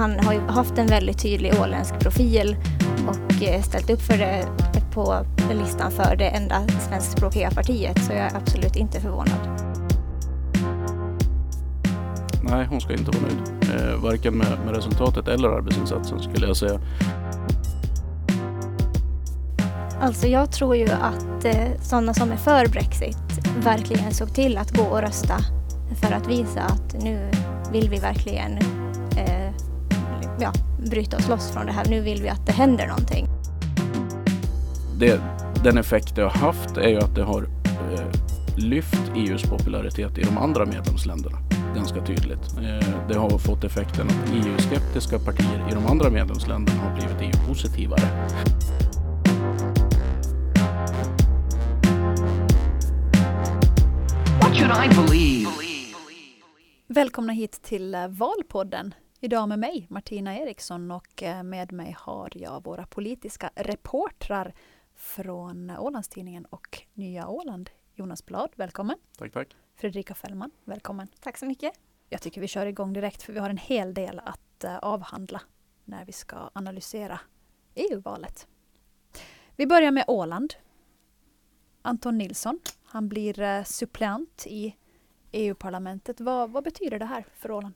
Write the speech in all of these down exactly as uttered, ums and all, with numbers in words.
han har ju haft en väldigt tydlig åländsk profil och eh, ställt upp för det på listan för det enda svenskspråkiga partiet, så jag är absolut inte förvånad. Nej, hon ska inte vara nöjd. Eh, varken med, med resultatet eller arbetsinsatsen skulle jag säga. Alltså jag tror ju att eh, sådana som är för Brexit verkligen såg till att gå och rösta för att visa att nu vill vi verkligen eh, ja, bryta oss loss från det här. Nu vill vi att det händer någonting. Det, den effekt det har haft är ju att det har eh, lyft E U:s popularitet i de andra medlemsländerna ganska tydligt. Eh, det har fått effekten att E U-skeptiska partier i de andra medlemsländerna har blivit E U-positivare. What should I believe? Välkomna hit till Valpodden. Idag med mig, Martina Eriksson, och med mig har jag våra politiska reportrar från Ålandstidningen och Nya Åland. Jonas Blad, välkommen. Tack, tack. Fredrika Fällman, välkommen. Tack så mycket. Jag tycker vi kör igång direkt för vi har en hel del att avhandla när vi ska analysera E U-valet. Vi börjar med Åland. Anton Nilsson, han blir suppleant i E U-parlamentet. Vad, vad betyder det här för Åland?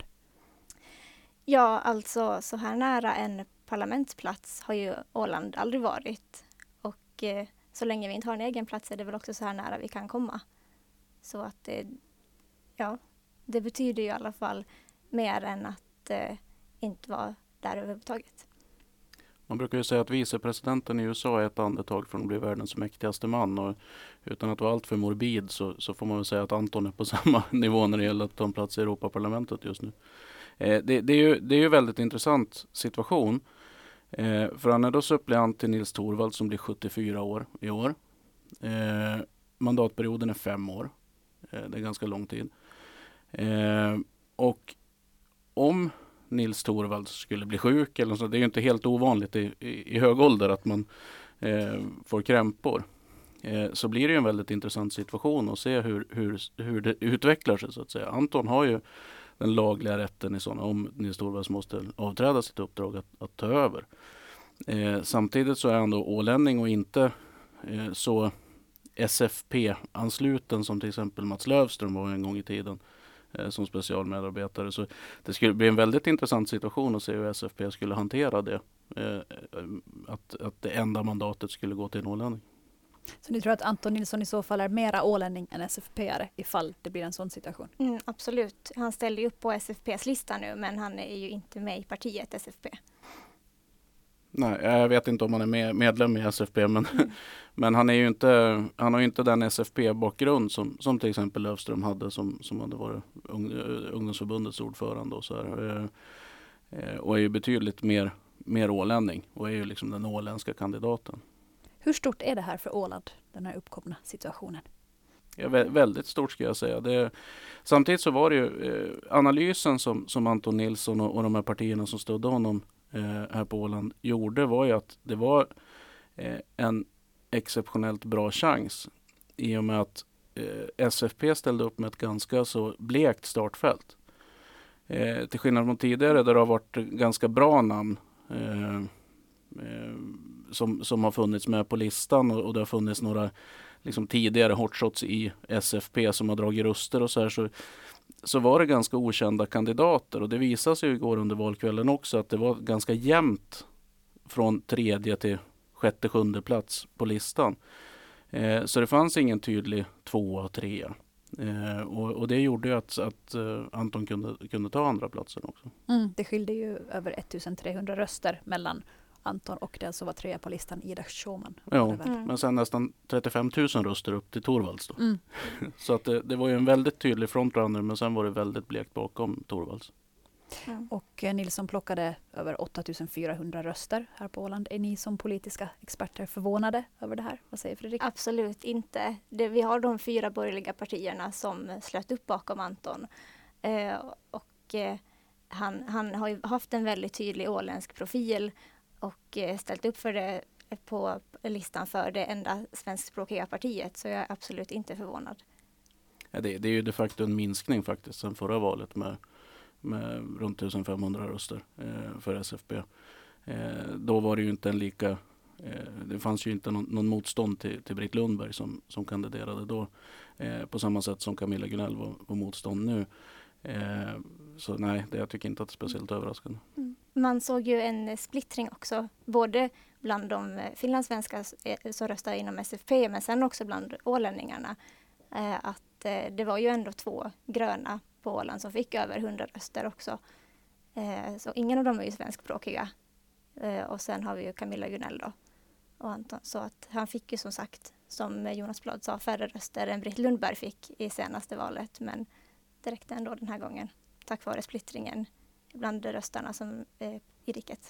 Ja, alltså så här nära en parlamentsplats har ju Åland aldrig varit. Och eh, så länge vi inte har en egen plats är det väl också så här nära vi kan komma. Så att det, ja, det betyder ju i alla fall mer än att eh, inte vara där överhuvudtaget. Man brukar ju säga att vicepresidenten i U S A är ett andetag från att bli världens mäktigaste man. Och utan att vara allt för morbid så, så får man väl säga att Anton är på samma nivå när det gäller att ta en plats i Europaparlamentet just nu. Eh, det, det, är ju, det är ju en väldigt intressant situation. Eh, för han är då suppleant till Nils Torvald som blir sjuttiofyra år i år. Eh, mandatperioden är fem år. Eh, det är ganska lång tid. Eh, och om Nils Torvald skulle bli sjuk eller så, det är ju inte helt ovanligt i, i, i hög ålder att man eh, får krämpor. Eh, så blir det ju en väldigt intressant situation att se hur, hur, hur det utvecklar sig så att säga. Anton har ju den lagliga rätten i sådana om Nils Torvalds måste avträda sitt uppdrag att, att ta över. Eh, samtidigt så är han då ålänning och inte eh, så S F P-ansluten som till exempel Mats Löfström var en gång i tiden eh, som specialmedarbetare. Så det skulle bli en väldigt intressant situation att se hur S F P skulle hantera det. Eh, att, att det enda mandatet skulle gå till en ålänning. Så ni tror att Anton Nilsson i så fall är mera ålänning än S F P-are ifall det blir en sån situation? Mm, absolut. Han ställer ju upp på S F P:s lista nu, men han är ju inte med i partiet S F P. Nej, jag vet inte om han är med, medlem i S F P, men, mm. men han är ju inte, han har ju inte den S F P-bakgrund som, som till exempel Löfström hade som, som hade varit ung, ungdomsförbundets ordförande och så här. Och är ju betydligt mer, mer ålänning och är ju liksom den åländska kandidaten. Hur stort är det här för Åland, den här uppkomna situationen? Ja, vä- väldigt stort ska jag säga. Det, samtidigt så var det ju eh, analysen som, som Anton Nilsson och, och de här partierna som stödde honom eh, här på Åland gjorde var ju att det var eh, en exceptionellt bra chans i och med att eh, S F P ställde upp med ett ganska så blekt startfält. Eh, till skillnad från tidigare där det har varit ganska bra namn eh, eh, som, som har funnits med på listan och, och det har funnits några liksom tidigare hotshots i S F P som har dragit röster och så här, så, så var det ganska okända kandidater och det visade sig igår under valkvällen också att det var ganska jämnt från tredje till sjätte, sjunde plats på listan. Eh, så det fanns ingen tydlig tvåa och trea. Eh, och, och det gjorde ju att, att uh, Anton kunde, kunde ta andra platsen också. Mm, det skilde ju över ettusentrehundra röster mellan Anton och den som var trea på listan, Ida Schumann. Ja, mm. men sen nästan trettiofem tusen röster upp till Torvalds då. Mm. Så att det, det var ju en väldigt tydlig frontrunner, men sen var det väldigt blekt bakom Torvalds. Mm. Och eh, Nilsson plockade över åttatusenfyrahundra röster här på Åland. Är ni som politiska experter förvånade över det här? Vad säger Fredrik? Absolut inte. Det, vi har de fyra borgerliga partierna som slöt upp bakom Anton. Eh, och eh, han, han har ju haft en väldigt tydlig åländsk profil och eh, ställt upp för det på listan för det enda svenskspråkiga partiet. Så jag är absolut inte förvånad. Ja, det, det är ju de facto en minskning faktiskt sen förra valet med med runt femtonhundra röster eh, för S F P. Eh, då var det ju inte en lika, eh, det fanns ju inte någon, någon motstånd till, till Britt Lundberg som, som kandiderade då. Eh, på samma sätt som Camilla Gunell var, var motstånd nu. Eh, så nej, det, jag tycker inte att det är speciellt överraskande. Mm. Man såg ju en splittring också, både bland de finlandssvenskar som röstar inom S F P, men sen också bland ålänningarna. Eh, att eh, det var ju ändå två gröna på Åland som fick över hundra röster också. Eh, så ingen av dem är ju svenskspråkiga. Eh, och sen har vi ju Camilla Gunell då. Och Anton, så att han fick ju som sagt, som Jonas Blad sa, färre röster än Britt Lundberg fick i senaste valet. Men det räckte ändå den här gången, tack vare splittringen bland röstarna som eh, i riket.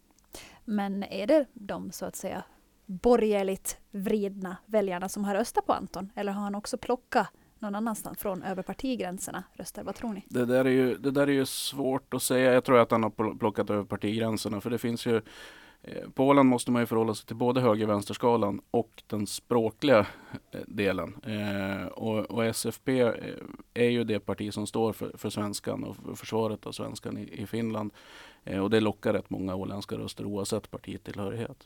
Men är det de så att säga borgerligt vridna väljarna som har röstat på Anton? Eller har han också plockat någon annanstans från över partigränserna röster? Vad tror ni? Det där är ju, det där är ju svårt att säga. Jag tror att han har plockat över partigränserna. För det finns ju, på Åland måste man ju förhålla sig till både höger- och vänsterskalan och den språkliga delen. Eh, och, och S F P är ju det parti som står för, för svenskan och för försvaret av svenskan i, i Finland. Eh, och det lockar rätt många åländska röster oavsett partitillhörighet.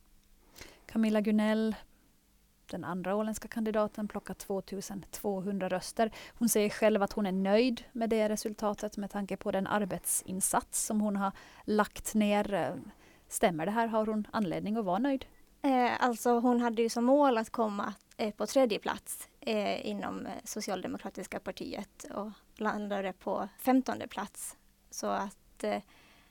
Camilla Gunell, den andra åländska kandidaten, plockar tvåtusentvåhundra röster. Hon säger själv att hon är nöjd med det resultatet med tanke på den arbetsinsats som hon har lagt ner. Stämmer det här? Har hon anledning att vara nöjd? Eh, alltså hon hade ju som mål att komma eh, på tredje plats eh, inom Socialdemokratiska partiet och landade på femtonde plats. Så att eh,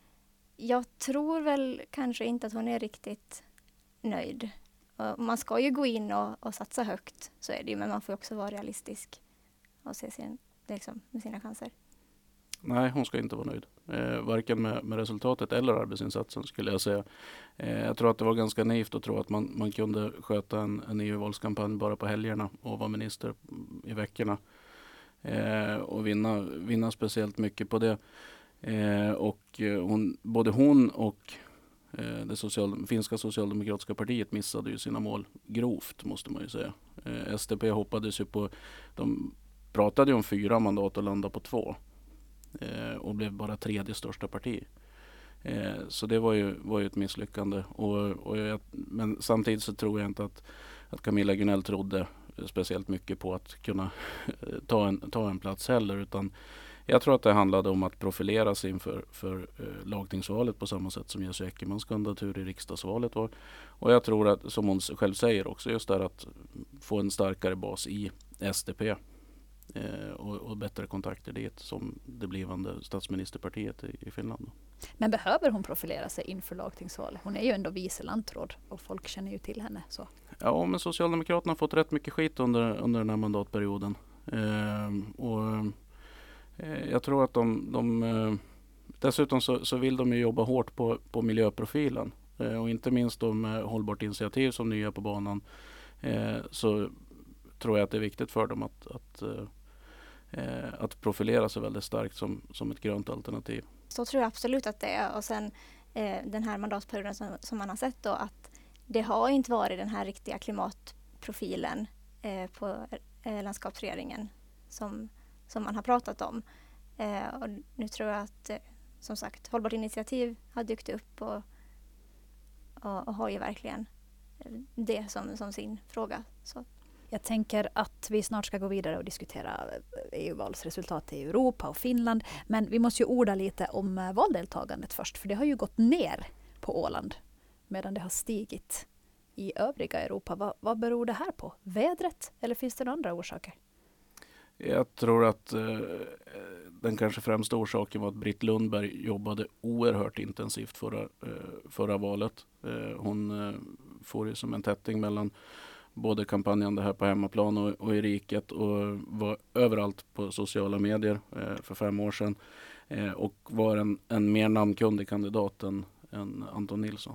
jag tror väl kanske inte att hon är riktigt nöjd. Och man ska ju gå in och, och satsa högt, så är det ju, men man får också vara realistisk och se sin, liksom, med sina chanser. Nej, hon ska inte vara nöjd. Eh, varken med, med resultatet eller arbetsinsatsen skulle jag säga. Eh, jag tror att det var ganska naivt att tro att man, man kunde sköta en, en E U-valskampanj bara på helgerna och vara minister i veckorna. Eh, och vinna, vinna speciellt mycket på det. Eh, och hon, både hon och eh, det social, finska socialdemokratiska partiet missade ju sina mål grovt, måste man ju säga. Eh, S D P hoppades ju på, de pratade ju om fyra mandat och landade på två. Eh, och blev bara tredje största parti. Eh, så det var ju, var ju ett misslyckande. Och, och jag, men samtidigt så tror jag inte att, att Camilla Gunell trodde speciellt mycket på att kunna ta, en, ta en plats heller. Utan jag tror att det handlade om att profilera sig inför för, eh, lagtingsvalet på samma sätt som Jesu Eckermans kandidatur i riksdagsvalet var. Och jag tror att, som hon själv säger också, just där att få en starkare bas i S D P. Eh, och, och bättre kontakter dit som det blivande statsministerpartiet i, i Finland. Men behöver hon profilera sig inför lagtingsvalet? Hon är ju ändå vice landråd och folk känner ju till henne. Så. Ja, men Socialdemokraterna har fått rätt mycket skit under, under den här mandatperioden. Eh, och eh, jag tror att de, de eh, dessutom så, så vill de ju jobba hårt på, på miljöprofilen. Eh, och inte minst då med hållbart initiativ som nya på banan. Eh, så tror jag att det är viktigt för dem att, att eh, att profilera sig väldigt starkt som, som ett grönt alternativ. Så tror jag absolut att det är. Och sen eh, den här mandatperioden som, som man har sett då, att det har inte varit den här riktiga klimatprofilen eh, på eh, landskapsregeringen som, som man har pratat om. Eh, och nu tror jag att eh, som sagt hållbart initiativ har dykt upp och, och, och har ju verkligen det som, som sin fråga. Så. Jag tänker att vi snart ska gå vidare och diskutera E U-valsresultat i Europa och Finland. Men vi måste ju orda lite om valdeltagandet först. För det har ju gått ner på Åland medan det har stigit i övriga Europa. Vad, vad beror det här på? Vädret? Eller finns det några andra orsaker? Jag tror att eh, den kanske främsta orsaken var att Britt Lundberg jobbade oerhört intensivt förra, eh, förra valet. Eh, hon eh, får ju som en tätting mellan både kampanjen här på hemmaplan och, och i riket och var överallt på sociala medier eh, för fem år sedan eh, och var en, en mer namnkundig kandidat än, än Anton Nilsson.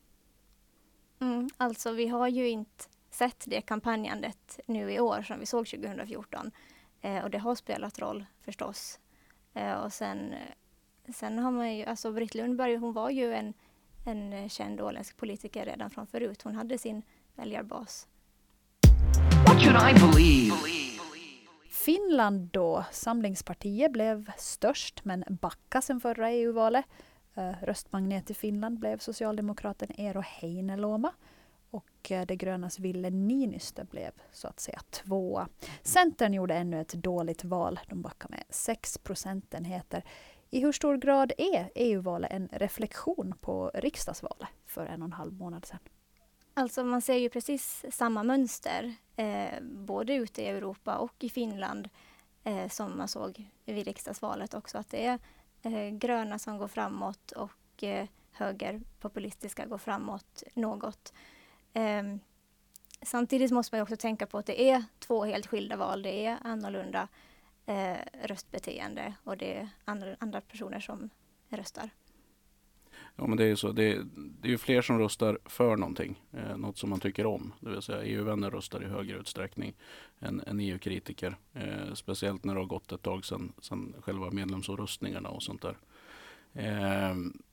Mm, alltså vi har ju inte sett det kampanjandet nu i år som vi såg tjugo fjorton eh, och det har spelat roll förstås. Eh, och sen, sen har man ju, alltså Britt Lundberg, hon var ju en, en känd åländsk politiker redan från förut. Hon hade sin väljarbas. What should I believe? Finland då, Samlingspartiet blev störst men backade sen förra E U-valet. Uh, röstmagnet i Finland blev socialdemokraten Eero Heinäluoma. Och uh, det grönas Ville Niinistö blev så att säga tvåa. Centern gjorde ännu ett dåligt val. De backade med sex procentenheter. I hur stor grad är E U-valet en reflektion på riksdagsvalet för en och en halv månad sedan? Alltså man ser ju precis samma mönster, eh, både ute i Europa och i Finland, eh, som man såg vid riksdagsvalet också. Att det är eh, gröna som går framåt och eh, högerpopulistiska går framåt något. Eh, samtidigt måste man också tänka på att det är två helt skilda val. Det är annorlunda eh, röstbeteende och det är andra, andra personer som röstar. Ja, men det är ju så. Det är, det är ju fler som röstar för någonting. Eh, något som man tycker om. Det vill säga E U-vänner röstar i högre utsträckning än, än E U-kritiker. Eh, speciellt när det har gått ett tag sedan, sedan själva medlemsomröstningarna och sånt där. Eh,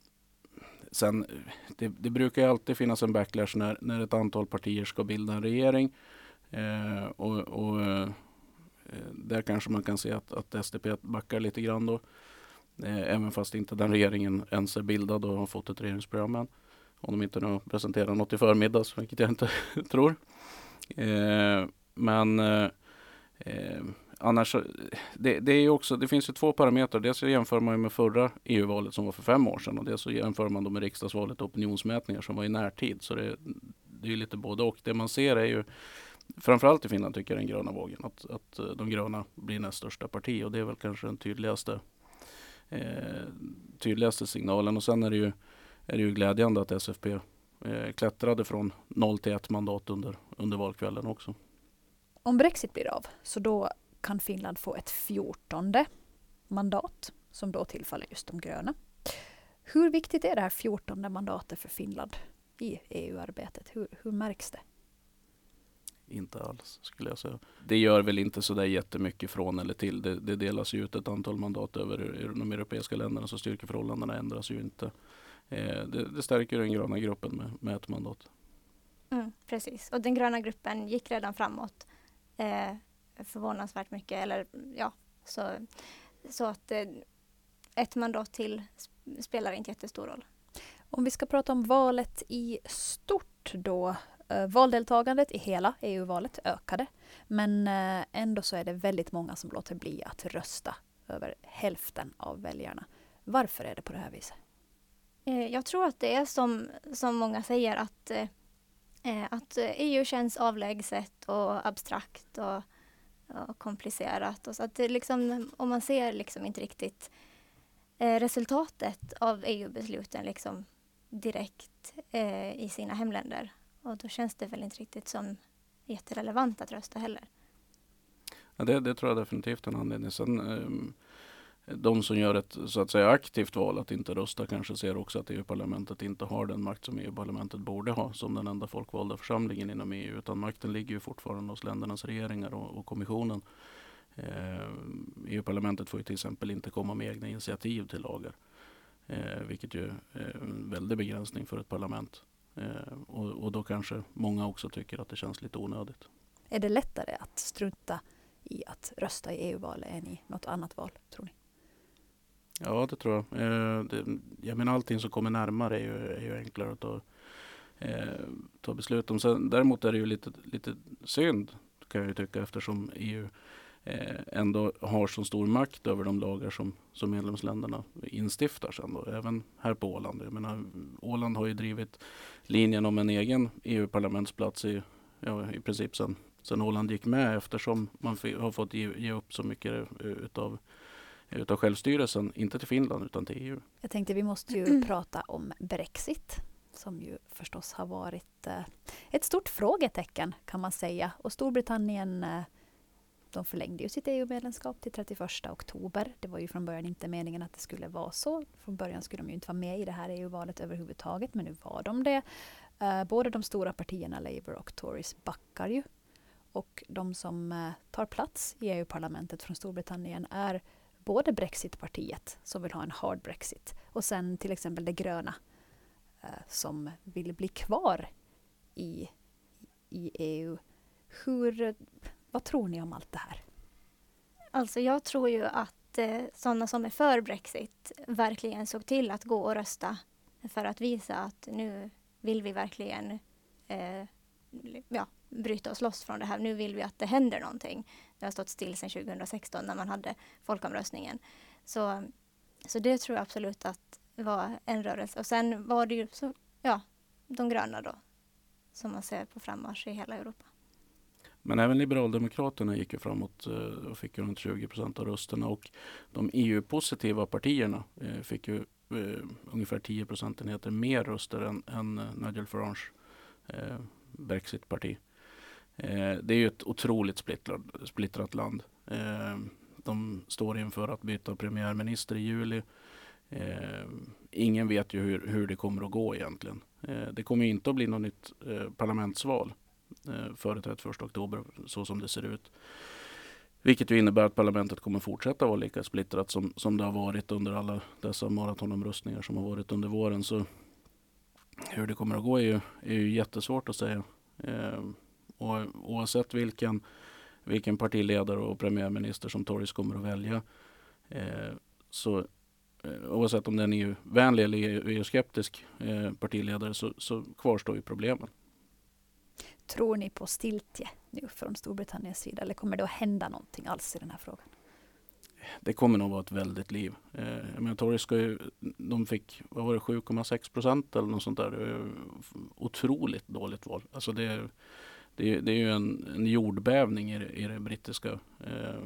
sen, det, det brukar ju alltid finnas en backlash när, när ett antal partier ska bilda en regering. Eh, och och eh, där kanske man kan se att, att S D P backar lite grann då. Även fast inte den regeringen ens är bildad och har fått ett regeringsprogram än. Om de inte nu presenterar något i förmiddags, vilket jag inte tror. Eh, men eh, annars, det, det är ju också, det finns ju två parametrar. Dels så jämför man ju med förra E U-valet som var för fem år sedan. Och dels så jämför man då med riksdagsvalet och opinionsmätningar som var i närtid. Så det, det är ju lite både och. Det man ser är ju, framförallt i Finland tycker jag den gröna vågen. Att, att de gröna blir näst största parti. Och det är väl kanske den tydligaste Eh, tydligaste signalen. Och sen är det ju, är det ju glädjande att S F P eh, klättrade från noll till ett mandat under, under valkvällen också. Om Brexit blir av så då kan Finland få ett fjortonde mandat som då tillfaller just de gröna. Hur viktigt är det här fjortonde mandatet för Finland i E U-arbetet? Hur, hur märks det? Inte alls skulle jag säga. Det gör väl inte så där jättemycket från eller till. Det, det delas ju ut ett antal mandat över de europeiska länderna så styrkeförhållandena ändras ju inte. Eh, det, det stärker den gröna gruppen med, med ett mandat. Mm, precis, och den gröna gruppen gick redan framåt eh, förvånansvärt mycket. Eller, ja, så, så att eh, ett mandat till spelar inte jättestor roll. Om vi ska prata om valet i stort då. Uh, valdeltagandet i hela E U-valet ökade. Men uh, ändå så är det väldigt många som låter bli att rösta. Över hälften av väljarna. Varför är det på det här viset? Eh, jag tror att det är som, som många säger att, eh, att E U känns avlägset och abstrakt och, och komplicerat. Och så att det liksom, om man ser liksom inte riktigt eh, resultatet av E U-besluten liksom direkt eh, i sina hemländer. Och då känns det väl inte riktigt som jätterelevant att rösta heller. Ja, det, det tror jag definitivt är en anledning. Sen, eh, de som gör ett så att säga aktivt val att inte rösta kanske ser också att E U-parlamentet inte har den makt som E U-parlamentet borde ha som den enda folkvalda församlingen inom E U. Utan makten ligger ju fortfarande hos ländernas regeringar och, och kommissionen. Eh, E U-parlamentet får ju till exempel inte komma med egna initiativ till lagar. Eh, vilket ju är en väldig begränsning för ett parlament. Eh, och, och då kanske många också tycker att det känns lite onödigt. Är det lättare att strunta i att rösta i E U-valet än i något annat val, tror ni? Ja, det tror jag. Eh, det, jag menar, allting som kommer närmare är ju, är ju enklare att ta, eh, ta beslut om. Sen, däremot är det ju lite, lite synd, kan jag ju tycka, eftersom E U eh, ändå har så stor makt över de lagar som, som medlemsländerna instiftar sen då, även här på Åland. Jag menar, Åland har ju drivit linjen om en egen E U-parlamentsplats i, ja, i princip sen, sen Åland gick med, eftersom man f- har fått ge, ge upp så mycket utav, utav självstyrelsen, inte till Finland utan till E U. Jag tänkte vi måste ju prata om Brexit, som ju förstås har varit eh, ett stort frågetecken kan man säga. Och Storbritannien eh, de förlängde ju sitt E U-medlemskap till trettioförsta oktober. Det var ju från början inte meningen att det skulle vara så. Från början skulle de ju inte vara med i det här E U-valet överhuvudtaget, men nu var de det. Uh, både de stora partierna Labour och Tories backar ju. Och de som uh, tar plats i E U-parlamentet från Storbritannien är både Brexit-partiet som vill ha en hard Brexit och sen till exempel det gröna uh, som vill bli kvar i, i E U. Hur... Vad tror ni om allt det här? Alltså jag tror ju att eh, sådana som är för Brexit verkligen såg till att gå och rösta för att visa att nu vill vi verkligen eh, ja, bryta oss loss från det här. Nu vill vi att det händer någonting. Det har stått still sedan tjugohundrasexton när man hade folkomröstningen. Så, så det tror jag absolut att var en rörelse. Och sen var det ju så, ja, de gröna då som man ser på frammarsch i hela Europa. Men även Liberaldemokraterna gick ju framåt och fick runt tjugo procent av rösterna. Och de E U-positiva partierna fick ju ungefär tio procentenheter mer röster än, än Nigel Farage eh, Brexit-parti. Eh, det är ju ett otroligt splittrat, splittrat land. Eh, de står inför att byta premiärminister i juli. Eh, ingen vet ju hur, hur det kommer att gå egentligen. Eh, det kommer inte att bli något nytt eh, parlamentsval eh, före trettioförsta oktober så som det ser ut. Vilket ju innebär att parlamentet kommer fortsätta vara lika splittrat som, som det har varit under alla dessa maratonomröstningar som har varit under våren. Så hur det kommer att gå är ju, är ju jättesvårt att säga. Eh, och oavsett vilken, vilken partiledare och premiärminister som Tories kommer att välja eh, så eh, oavsett om den är E U-vänlig eller E U-skeptisk eh, partiledare så, så kvarstår ju problemen. Tror ni på stiltje nu från Storbritanniens sida eller kommer det att hända någonting alls i den här frågan? Det kommer nog vara ett väldigt liv. Eh, jag menar, Tories ska ju, de fick vad var det, sju komma sex procent eller något sånt där. Det är otroligt dåligt val. Alltså det, det, det är ju en, en jordbävning i, i, det brittiska, eh,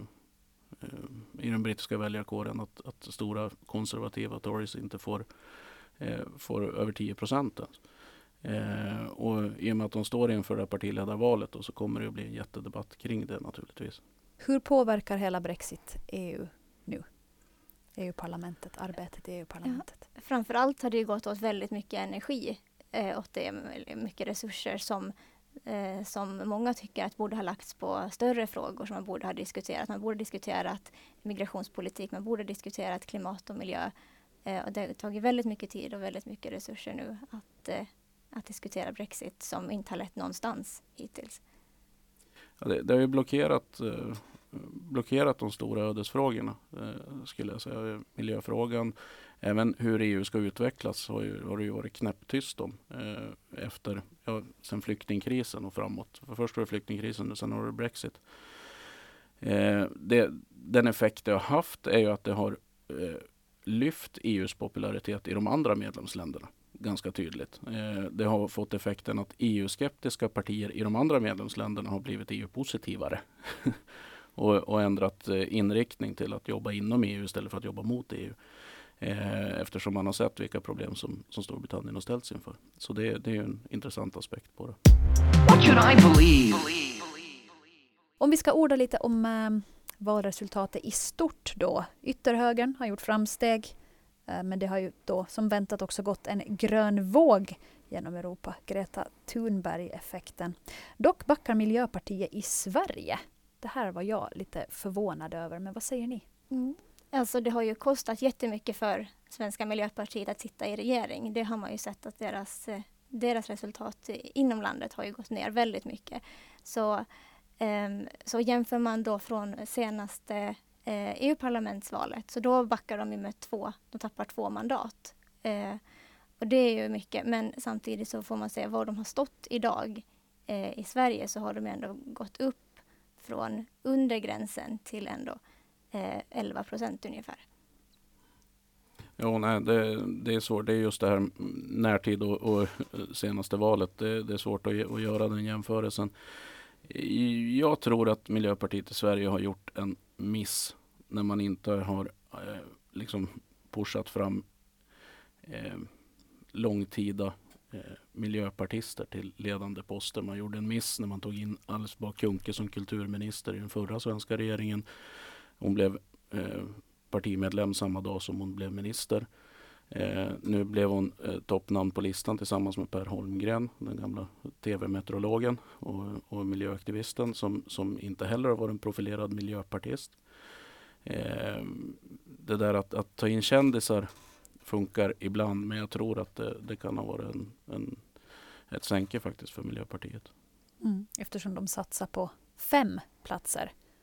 i den brittiska väljarkåren att, att stora konservativa Tories inte får, eh, får över tio procent. Alltså. Eh, och i och med att de står inför det här partiledarvalet då, så kommer det att bli en jättedebatt kring det naturligtvis. Hur påverkar hela Brexit E U nu? E U-parlamentet, arbetet i E U-parlamentet? Ja, framförallt har det gått åt väldigt mycket energi eh, åt det, mycket resurser som, eh, som många tycker att borde ha lagts på större frågor som man borde ha diskuterat. Man borde diskuterat migrationspolitik, man borde diskuterat klimat och miljö. Eh, och det har tagit väldigt mycket tid och väldigt mycket resurser nu att, eh, att diskutera Brexit som inte har lett någonstans hittills. Ja, det, det har ju blockerat, eh, blockerat de stora ödesfrågorna eh, skulle jag säga. Miljöfrågan, även hur E U ska utvecklas har, ju, har det ju varit knäpptyst om eh, efter, ja, sen flyktingkrisen och framåt. För först var det flyktingkrisen och sen har det Brexit. Eh, det, den effekt det har haft är ju att det har eh, lyft E U:s popularitet i de andra medlemsländerna. Ganska tydligt. Eh, det har fått effekten att E U-skeptiska partier i de andra medlemsländerna har blivit E U-positivare och, och ändrat eh, inriktning till att jobba inom E U istället för att jobba mot E U. Eh, eftersom man har sett vilka problem som, som Storbritannien har ställts inför. Så det, det är ju en intressant aspekt på det. What should I believe? Om vi ska orda lite om eh, valresultatet i stort då. Ytterhögern har gjort framsteg. Men det har ju då som väntat också gått en grön våg genom Europa. Greta Thunberg-effekten. Dock backar Miljöpartiet i Sverige. Det här var jag lite förvånad över. Men vad säger ni? Mm. Alltså det har ju kostat jättemycket för svenska Miljöpartiet att sitta i regering. Det har man ju sett att deras, deras resultat inom landet har ju gått ner väldigt mycket. Så, um, så jämför man då från senaste E U-parlamentsvalet. Så då backar de ju med två, de tappar två mandat. Eh, och det är ju mycket, men samtidigt så får man se var de har stått idag. Eh, I Sverige så har de ändå gått upp från under gränsen till ändå eh, elva procent ungefär. Ja, nej, det, det är svårt. Det är just det här närtid och, och senaste valet. Det, det är svårt att, att göra den jämförelsen. Jag tror att Miljöpartiet i Sverige har gjort en miss när man inte har eh, liksom pushat fram eh, långtida eh, miljöpartister till ledande poster. Man gjorde en miss när man tog in Alice Bah Kuhnke som kulturminister i den förra svenska regeringen. Hon blev eh, partimedlem samma dag som hon blev minister. Eh, nu blev hon eh, toppnamn på listan tillsammans med Per Holmgren, den gamla tv-meteorologen och, och miljöaktivisten som, som inte heller har varit en profilerad miljöpartist. Eh, det där att, att ta in kändisar funkar ibland, men jag tror att det, det kan ha varit en, en, ett sänke faktiskt för Miljöpartiet. Mm, eftersom de satsar på fem platser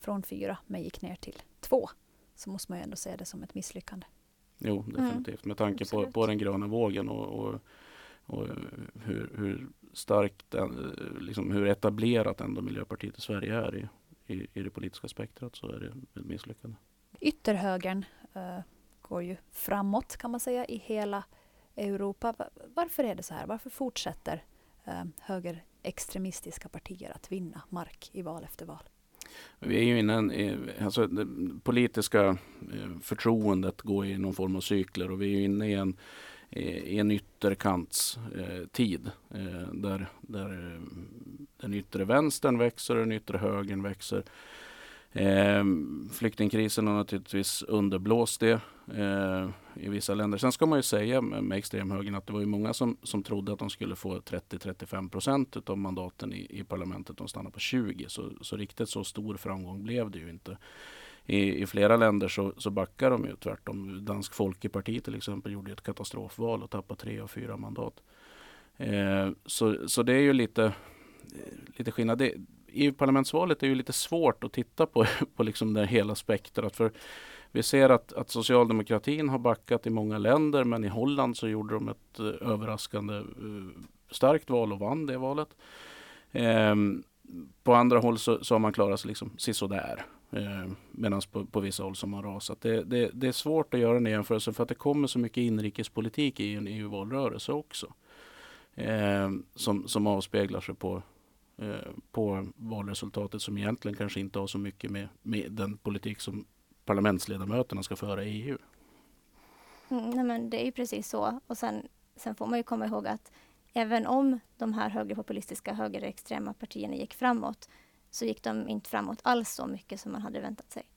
från fyra men gick ner till två, så måste man ju ändå se det som ett misslyckande. Jo, definitivt. Mm. Med tanke på, på den gröna vågen och, och, och hur, hur starkt, liksom hur etablerat ändå Miljöpartiet i Sverige är i, i, i det politiska spektrat, så är det ett misslyckande. Ytterhögern uh, går ju framåt kan man säga i hela Europa. Varför är det så här? Varför fortsätter uh, högerextremistiska partier att vinna mark i val efter val? Vi är ju inne i, alltså det politiska förtroendet går i någon form av cykler, och vi är ju inne i en, i en ytterkantstid eh, där, där den yttre vänstern växer och den yttre högern växer. Eh, flyktingkrisen har naturligtvis underblåst det eh, i vissa länder. Sen ska man ju säga med, med extremhögern att det var ju många som, som trodde att de skulle få trettio till trettiofem procent av mandaten i, i parlamentet. De stannade på tjugo, så, så riktigt så stor framgång blev det ju inte. I, i flera länder så, så backar de ju tvärtom. Dansk Folkeparti till exempel gjorde ett katastrofval och tappade tre av fyra mandat. Eh, så, så det är ju lite, lite skillnad. Det, E U-parlamentsvalet är ju lite svårt att titta på, på liksom det hela spektrat. För vi ser att, att socialdemokratin har backat i många länder, men i Holland så gjorde de ett uh, överraskande uh, starkt val och vann det valet. Eh, på andra håll så, så har man klarat sig liksom sisådär. Eh, Medan på, på vissa håll som har rasat. Det, det, det är svårt att göra en jämförelse för att det kommer så mycket inrikespolitik i en E U-valrörelse också. Eh, som, som avspeglar sig på på valresultatet, som egentligen kanske inte har så mycket med, med den politik som parlamentsledamöterna ska föra i E U. Mm, nej men det är ju precis så. Och sen, sen får man ju komma ihåg att även om de här högerpopulistiska, högerextrema partierna gick framåt, så gick de inte framåt alls så mycket som man hade väntat sig.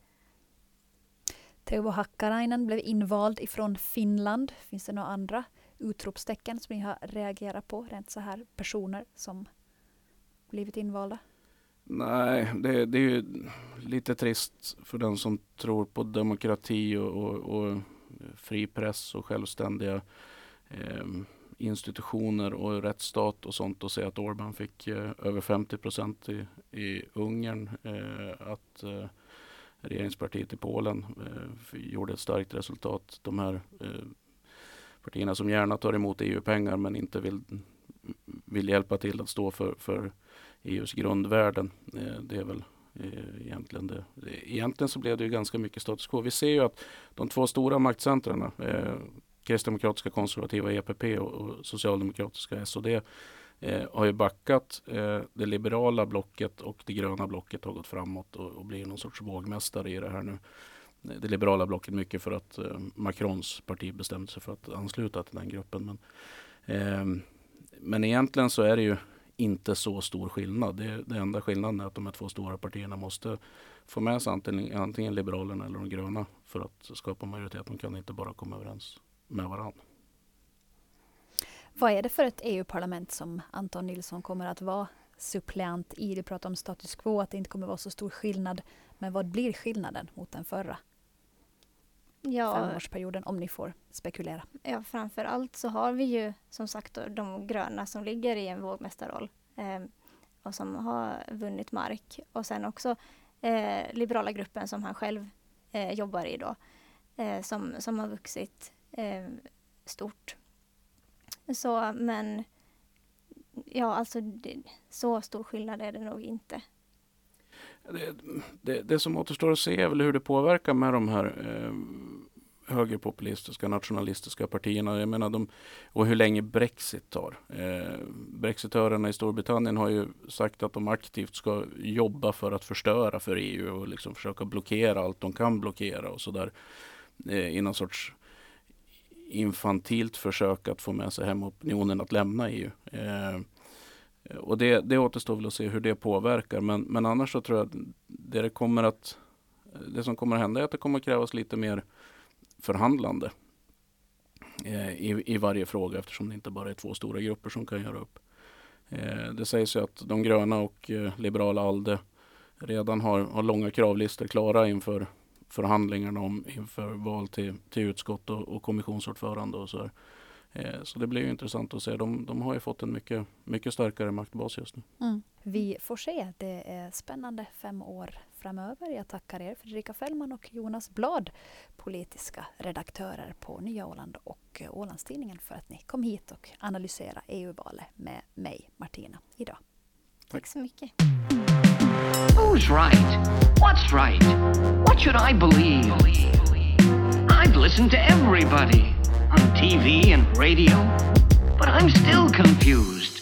Teuvo Hakkarainen blev invald ifrån Finland. Finns det några andra utropstecken som ni har reagerat på? Rent så här personer som blivit invalda? Nej, det, det är ju lite trist för den som tror på demokrati och, och, och fri press och självständiga eh, institutioner och rättsstat och sånt, och se att Orbán fick eh, över femtio procent i, i Ungern, eh, att eh, regeringspartiet i Polen eh, gjorde ett starkt resultat. De här eh, partierna som gärna tar emot E U-pengar men inte vill, vill hjälpa till att stå för, för E U:s grundvärden. Eh, det är väl eh, egentligen det. Egentligen så blev det ju ganska mycket status quo. Vi ser ju att de två stora maktcentrarna, eh, kristdemokratiska konservativa E P P och, och socialdemokratiska S och D, eh, har ju backat. Eh, det liberala blocket och det gröna blocket har gått framåt och, och blir någon sorts vågmästare i det här nu. Det liberala blocket mycket för att eh, Macrons parti bestämde sig för att ansluta till den gruppen. Men, eh, men egentligen så är det ju inte så stor skillnad. Det, det enda skillnaden är att de här två stora partierna måste få med sig antingen, antingen Liberalerna eller de gröna för att skapa majoritet. De kan inte bara komma överens med varandra. Vad är det för ett E U-parlament som Anton Nilsson kommer att vara suppleant i? Du pratar om status quo, att det inte kommer vara så stor skillnad. Men vad blir skillnaden mot den förra ja, femårsperioden, om ni får spekulera? Ja, framför allt så har vi ju som sagt då, de gröna som ligger i en vågmästarroll eh, och som har vunnit mark. Och sen också eh, liberala gruppen som han själv eh, jobbar i då, eh, som, som har vuxit eh, stort. Så, men ja, alltså det, så stor skillnad är det nog inte. Det, det, det som återstår att se är väl hur det påverkar med de här eh, högerpopulistiska, nationalistiska partierna. Jag menar de, och hur länge Brexit tar. Eh, Brexitörerna i Storbritannien har ju sagt att de aktivt ska jobba för att förstöra för E U och liksom försöka blockera allt de kan blockera och sådär. Eh, i någon sorts infantilt försök att få med sig hem opinionen att lämna E U. Eh, Och det, det återstår väl att se hur det påverkar. Men, men annars så tror jag att det, det, kommer att, det som kommer att hända är att det kommer att krävas lite mer förhandlande eh, i, i varje fråga, eftersom det inte bara är två stora grupper som kan göra upp. Eh, det sägs ju att de gröna och eh, liberala ALDE redan har, har långa kravlistor klara inför förhandlingarna om inför val till, till utskott och, och kommissionsordförande och så här. Så det blir ju intressant att se. De, de har ju fått en mycket, mycket starkare maktbas just nu. Mm. Vi får se. Det är spännande fem år framöver. Jag tackar er, Fredrika Fällman och Jonas Blad, politiska redaktörer på Nya Åland och Ålandstidningen, för att ni kom hit och analysera E U-valet med mig, Martina, idag. Tack så mycket. Who's right? What's right? What should I believe? I've listened to everybody on T V and radio, but I'm still confused.